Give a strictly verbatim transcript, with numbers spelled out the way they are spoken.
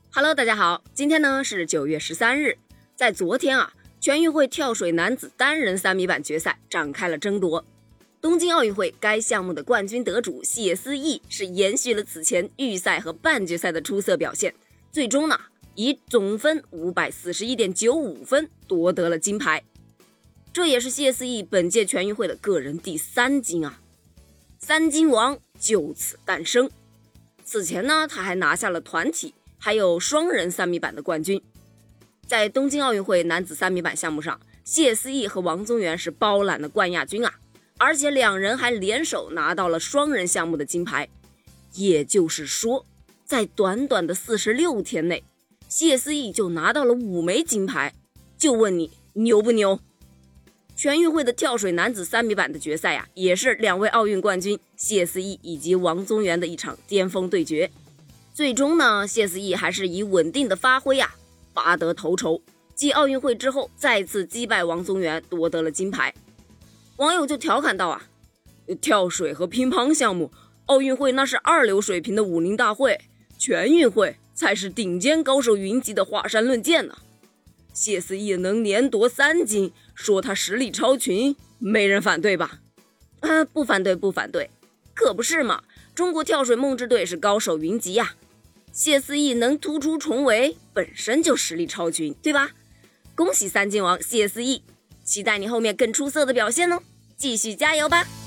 Hello， 大家好，今天呢是九月十三日，在昨天啊，全运会跳水男子单人三米板决赛展开了争夺。东京奥运会该项目的冠军得主谢思义是延续了此前预赛和半决赛的出色表现，最终呢以总分 五百四十一点九五 分夺得了金牌。这也是谢思义本届全运会的个人第三金啊，三金王就此诞生。此前呢，他还拿下了团体还有双人三米板的冠军。在东京奥运会男子三米板项目上，谢思义和王宗源是包揽了冠亚军啊，而且两人还联手拿到了双人项目的金牌。也就是说，在短短的四十六天内，谢思义就拿到了五枚金牌。就问你牛不牛？全运会的跳水男子三米板的决赛啊，也是两位奥运冠军谢思义以及王宗源的一场巅峰对决。最终呢，谢思义还是以稳定的发挥啊，拔得头筹，继奥运会之后再次击败王宗源，夺得了金牌。网友就调侃道啊，跳水和乒乓项目，奥运会那是二流水平的武林大会，全运会才是顶尖高手云集的华山论剑呢。谢思义能连夺三金，说他实力超群，没人反对吧？啊，不反对不反对，可不是嘛，中国跳水梦之队是高手云集呀、啊。谢思义能突出重围，本身就实力超群，对吧？恭喜三金王谢思义，期待你后面更出色的表现哦，继续加油吧！